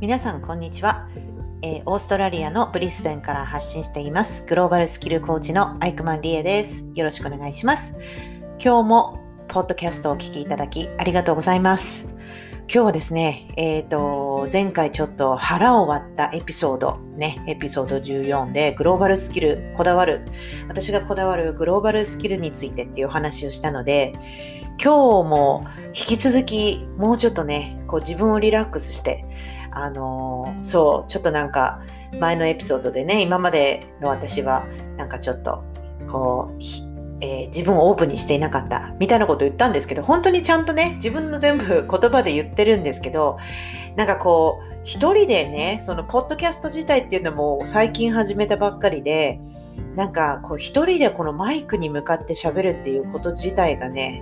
皆さんこんにちは、オーストラリアのブリスベンから発信していますグローバルスキルコーチのアイクマンリエです。よろしくお願いします。今日もポッドキャストをお聞きいただきありがとうございます。今日はですね、前回ちょっと腹を割ったエピソード14でグローバルスキル私がこだわるグローバルスキルについてっていう話をしたので、今日も引き続きもうちょっとね自分をリラックスしてちょっとなんか前のエピソードでね、今までの私はなんかちょっと自分をオープンにしていなかったみたいなことを言ったんですけど、本当にちゃんとね自分の全部言葉で言ってるんですけど、なんか一人でね、そのポッドキャスト自体っていうのも最近始めたばっかりで、なんか一人でこのマイクに向かって喋るっていうこと自体がね、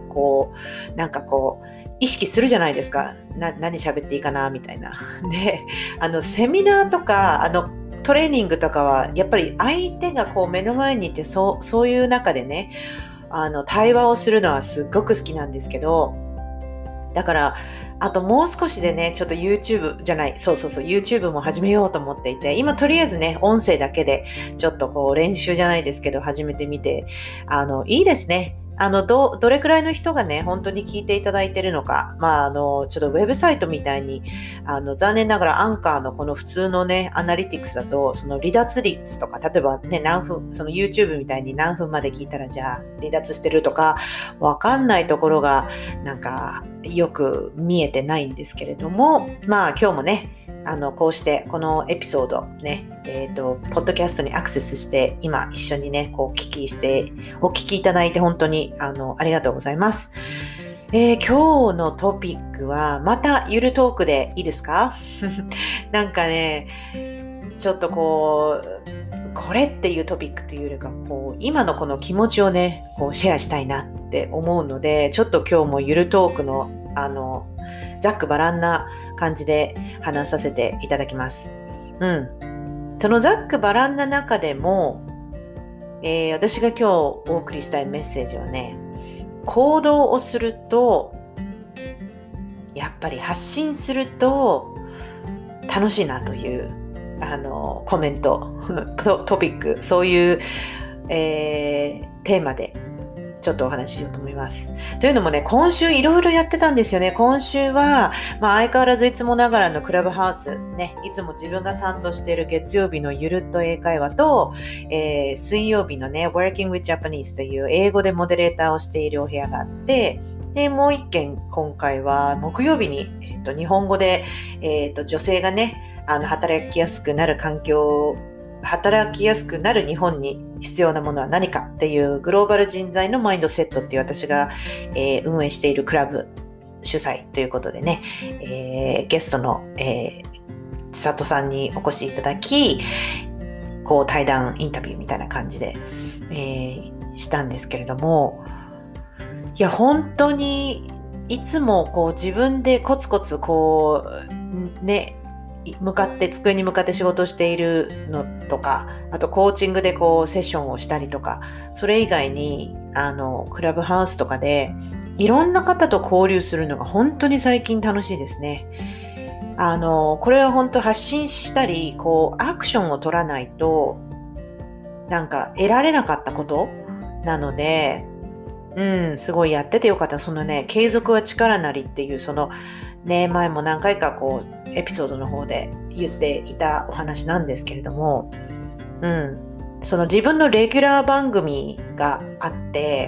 意識するじゃないですか。何喋っていいかなみたいな。で、セミナーとかトレーニングとかはやっぱり相手が目の前にいて、そういう中でね対話をするのはすっごく好きなんですけど、だからあともう少しでね、ちょっと YouTube も始めようと思っていて、今とりあえずね音声だけでちょっと練習じゃないですけど始めてみて、いいですね。どれくらいの人がね本当に聞いていただいてるのか、ちょっとウェブサイトみたいに残念ながらアンカーのこの普通のねアナリティクスだと、その離脱率とか、例えばね何分、その YouTube みたいに何分まで聞いたらじゃあ離脱してるとかわかんないところがなんかよく見えてないんですけれども、今日もねこうしてこのエピソードね、ポッドキャストにアクセスして今一緒にねお聞きいただいて本当にありがとうございます。今日のトピックはまたゆるトークでいいですか？なんかね、ちょっとこれっていうトピックというよりか今のこの気持ちをねシェアしたいなって思うので、ちょっと今日もゆるトークのざっくばらんな感じで話させていただきます。そのざっくばらんな中でも、私が今日お送りしたいメッセージはね、行動をするとやっぱり発信すると楽しいなというコメントトピック、そういう、テーマでちょっとお話ししようと思います。というのもね、今週いろいろやってたんですよね。今週は、相変わらずいつもながらのクラブハウスね、いつも自分が担当している月曜日のゆるっと英会話と、水曜日のね Working with Japanese という英語でモデレーターをしているお部屋があって、でもう一件今回は木曜日に、日本語で、女性がね働きやすくなる日本に必要なものは何かっていうグローバル人材のマインドセットっていう私が、運営しているクラブ主催ということでね、ゲストの、千里さんにお越しいただき、対談インタビューみたいな感じで、したんですけれども、いや本当にいつも自分でコツコツ机に向かって仕事をしているのとか、あとコーチングでセッションをしたりとか、それ以外にクラブハウスとかでいろんな方と交流するのが本当に最近楽しいですね。これは本当発信したりアクションを取らないとなんか得られなかったことなので、すごいやっててよかった。そのね、継続は力なりっていう、そのね、前も何回かエピソードの方で言っていたお話なんですけれども、その自分のレギュラー番組があって、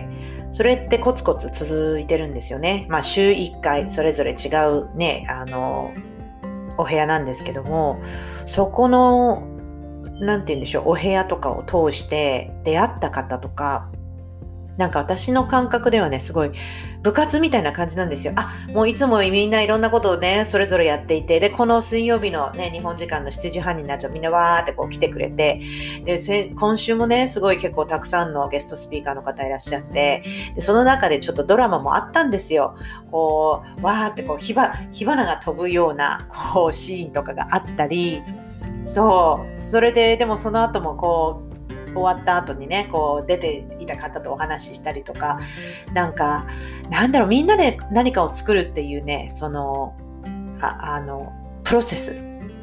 それってコツコツ続いてるんですよね。週1回それぞれ違うねお部屋なんですけども、そこのなんて言うんでしょう、お部屋とかを通して出会った方とか、なんか私の感覚ではね、すごい部活みたいな感じなんですよ。もういつもみんないろんなことをね、それぞれやっていて、で、この水曜日のね、日本時間の7時半になるとみんなわーって来てくれて、で、今週もね、すごい結構たくさんのゲストスピーカーの方いらっしゃって、で、その中でちょっとドラマもあったんですよ。わーって火花が飛ぶようなシーンとかがあったり、それで、でもその後も終わった後にね出ていた方とお話ししたりとか、みんなで何かを作るっていうね、そのプロセス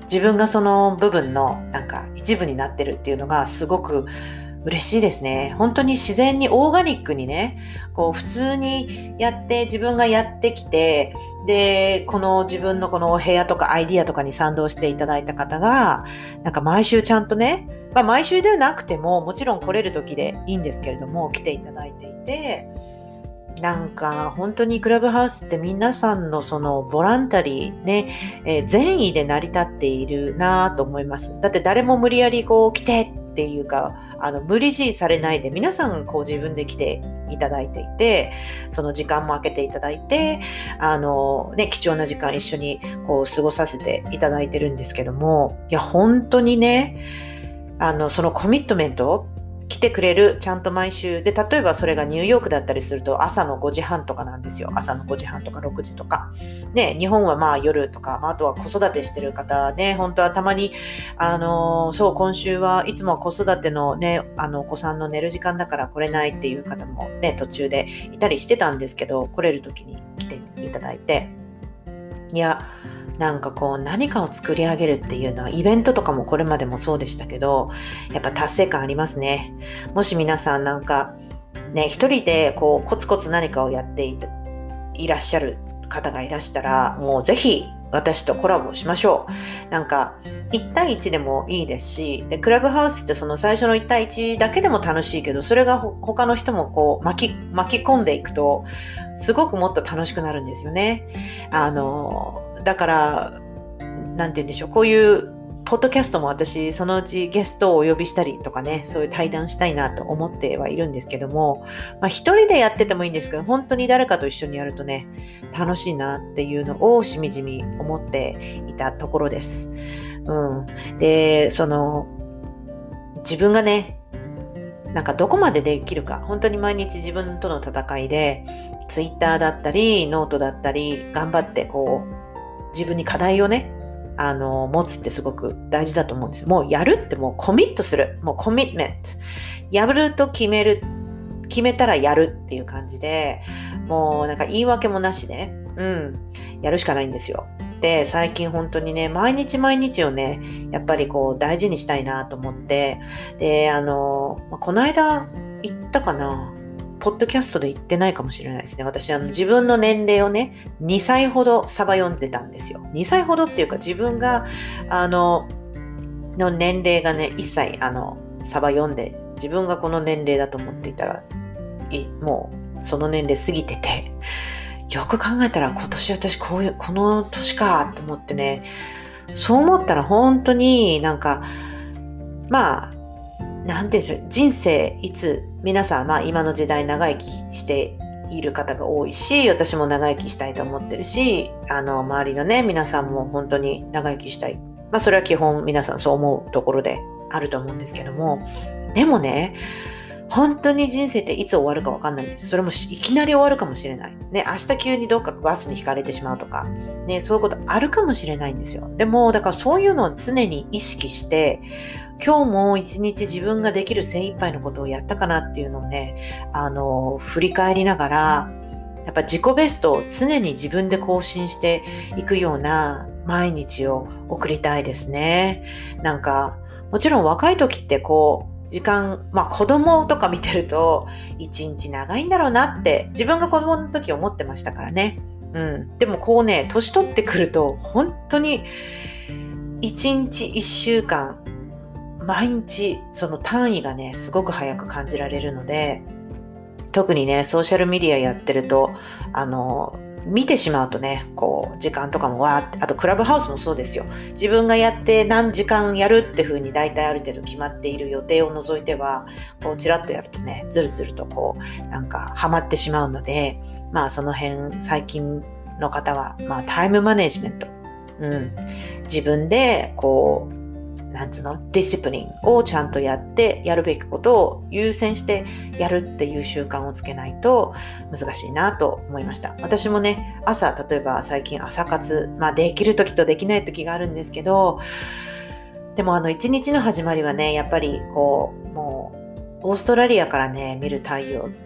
自分がその部分のなんか一部になってるっていうのがすごく嬉しいですね。本当に自然にオーガニックにね、こう普通にやって自分がやってきて、で、この自分のこの部屋とかアイディアとかに賛同していただいた方が、なんか毎週ちゃんとね、毎週ではなくてももちろん来れる時でいいんですけれども、来ていただいていて、なんか本当にクラブハウスって皆さんのそのボランタリーね、善意で成り立っているなと思います。だって誰も無理やりこう来てっていうか、無理強いされないで皆さんこう自分で来ていただいていて、その時間も空けていただいて、貴重な時間一緒にこう過ごさせていただいてるんですけども、いや本当にね、そのコミットメント来てくれる、ちゃんと毎週で、例えばそれがニューヨークだったりすると朝の5時半とかなんですよ。朝の5時半とか6時とかね、日本は夜とか、あとは子育てしてる方ね、本当はたまにそう今週はいつもは子育てのね、お子さんの寝る時間だから来れないっていう方もね、途中でいたりしてたんですけど、来れる時に来ていただいて、いやなんかこう何かを作り上げるっていうのは、イベントとかもこれまでもそうでしたけど、やっぱ達成感ありますね。もし皆さんなんかね、一人でこうコツコツ何かをやっていらっしゃる方がいらしたら、もうぜひ私とコラボしましょう。なんか1対1でもいいですし、でクラブハウスってその最初の1対1だけでも楽しいけど、それが他の人もこう巻き込んでいくとすごくもっと楽しくなるんですよね。だからなんて言うんでしょう、こういうポッドキャストも私そのうちゲストをお呼びしたりとかね、そういう対談したいなと思ってはいるんですけども、一人でやっててもいいんですけど、本当に誰かと一緒にやるとね、楽しいなっていうのをしみじみ思っていたところです。で、自分がね、なんかどこまでできるか、本当に毎日自分との戦いで、ツイッターだったりノートだったり頑張ってこう自分に課題をね持つってすごく大事だと思うんです。もうやるってもうコミットする、もうコミットメント、やると決めたらやるっていう感じで、もうなんか言い訳もなしで、やるしかないんですよ。で、最近本当にね、毎日をね、やっぱりこう大事にしたいなと思って、で、この間言ったかな、ポッドキャストで言ってないかもしれないですね。私自分の年齢をね、2歳ほどサバ読んでたんですよ。2歳ほどっていうか、自分がの年齢がね、1歳サバ読んで、自分がこの年齢だと思っていたら、もうその年齢過ぎてて、よく考えたら今年私この年かと思ってね、そう思ったら本当になんかなんていうんでしょう、人生いつ皆さん今の時代長生きしている方が多いし、私も長生きしたいと思ってるし、周りのね皆さんも本当に長生きしたい、それは基本皆さんそう思うところであると思うんですけども、でもね、本当に人生っていつ終わるか分かんないんです。それもいきなり終わるかもしれないね。明日急にどっかバスにひかれてしまうとかね、そういうことあるかもしれないんですよ。でもだからそういうのを常に意識して、今日も一日自分ができる精一杯のことをやったかなっていうのをね、振り返りながら、やっぱ自己ベストを常に自分で更新していくような毎日を送りたいですね。なんかもちろん若い時ってこう時間、子供とか見てると一日長いんだろうなって自分が子供の時思ってましたからね。でもこうね、年取ってくると本当に一日一週間毎日その単位がねすごく早く感じられるので、特にねソーシャルメディアやってると見てしまうとね、こう時間とかもわーって、あとクラブハウスもそうですよ。自分がやって何時間やるって風に大体ある程度決まっている予定を除いては、こうチラッとやるとね、ずるずるとこうなんかハマってしまうので、その辺最近の方はタイムマネジメント、自分でこうディシプリンをちゃんとやって、やるべきことを優先してやるっていう習慣をつけないと難しいなと思いました。私もね、例えば最近朝活、できる時とできない時があるんですけど、でも一日の始まりはね、やっぱりこうもうオーストラリアからね見る太陽っ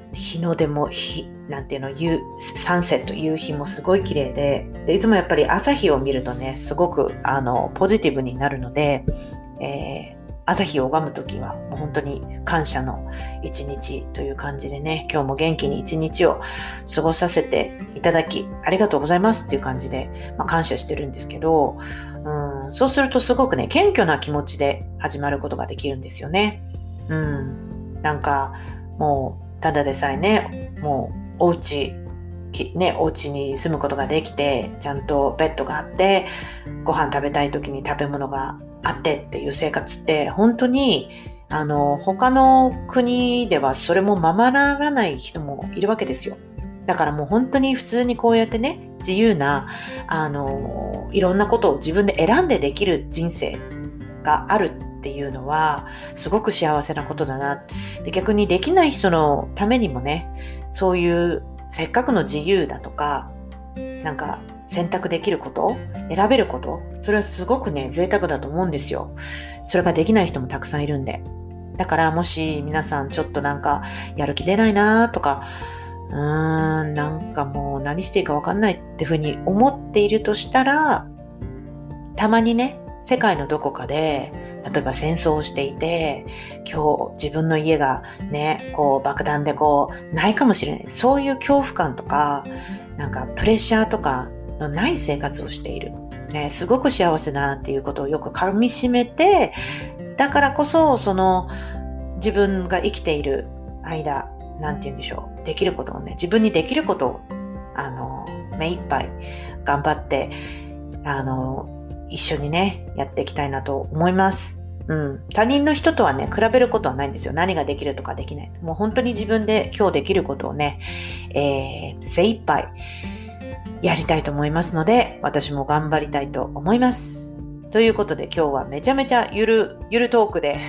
日の出もなんていうの、サンセット、夕日もすごい綺麗で、いつもやっぱり朝日を見るとね、すごくポジティブになるので、朝日を拝むときはもう本当に感謝の一日という感じでね、今日も元気に一日を過ごさせていただきありがとうございますっていう感じで、感謝してるんですけど、そうするとすごくね、謙虚な気持ちで始まることができるんですよね。なんかもうただでさえね、もうお家に住むことができて、ちゃんとベッドがあって、ご飯食べたい時に食べ物があってっていう生活って本当に他の国ではそれも守らない人もいるわけですよ。だからもう本当に普通にこうやってね、自由ないろんなことを自分で選んでできる人生があるっていうのはすごく幸せなことだな。で、逆にできない人のためにもね、そういうせっかくの自由だとか、なんか選択できること、選べること、それはすごくね、贅沢だと思うんですよ。それができない人もたくさんいるんで。だからもし皆さんちょっとなんかやる気出ないなとか、なんかもう何していいか分かんないってふうに思っているとしたら、たまにね、世界のどこかで例えば戦争をしていて、今日自分の家がね、こう爆弾でこうないかもしれない、そういう恐怖感とか、なんかプレッシャーとかのない生活をしている、ね、すごく幸せだなっていうことをよく噛み締めて、だからこそその自分が生きている間、なんて言うんでしょう、できることをね、自分にできることを目いっぱい頑張って一緒にねやっていきたいなと思います。他人の人とはね比べることはないんですよ。何ができるとかできない。もう本当に自分で今日できることをね、精一杯やりたいと思いますので、私も頑張りたいと思います。ということで今日はめちゃめちゃゆるトークで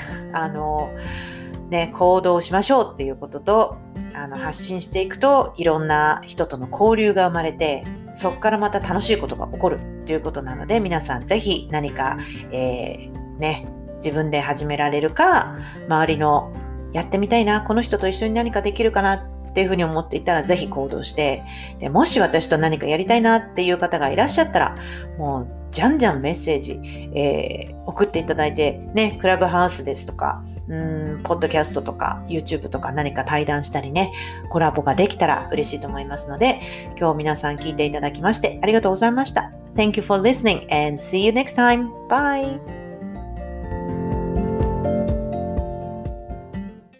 行動しましょうっていうことと、発信していくといろんな人との交流が生まれて、そこからまた楽しいことが起こるということなので、皆さんぜひ何か、自分で始められるか、周りのやってみたいな、この人と一緒に何かできるかなっていうふうに思っていたらぜひ行動して、でもし私と何かやりたいなっていう方がいらっしゃったら、もうじゃんじゃんメッセージ、送っていただいてね、クラブハウスですとか、ポッドキャストとか YouTube とか何か対談したりね、コラボができたら嬉しいと思いますので、今日皆さん聞いていただきましてありがとうございました。Thank you for listening and see you next time. Bye!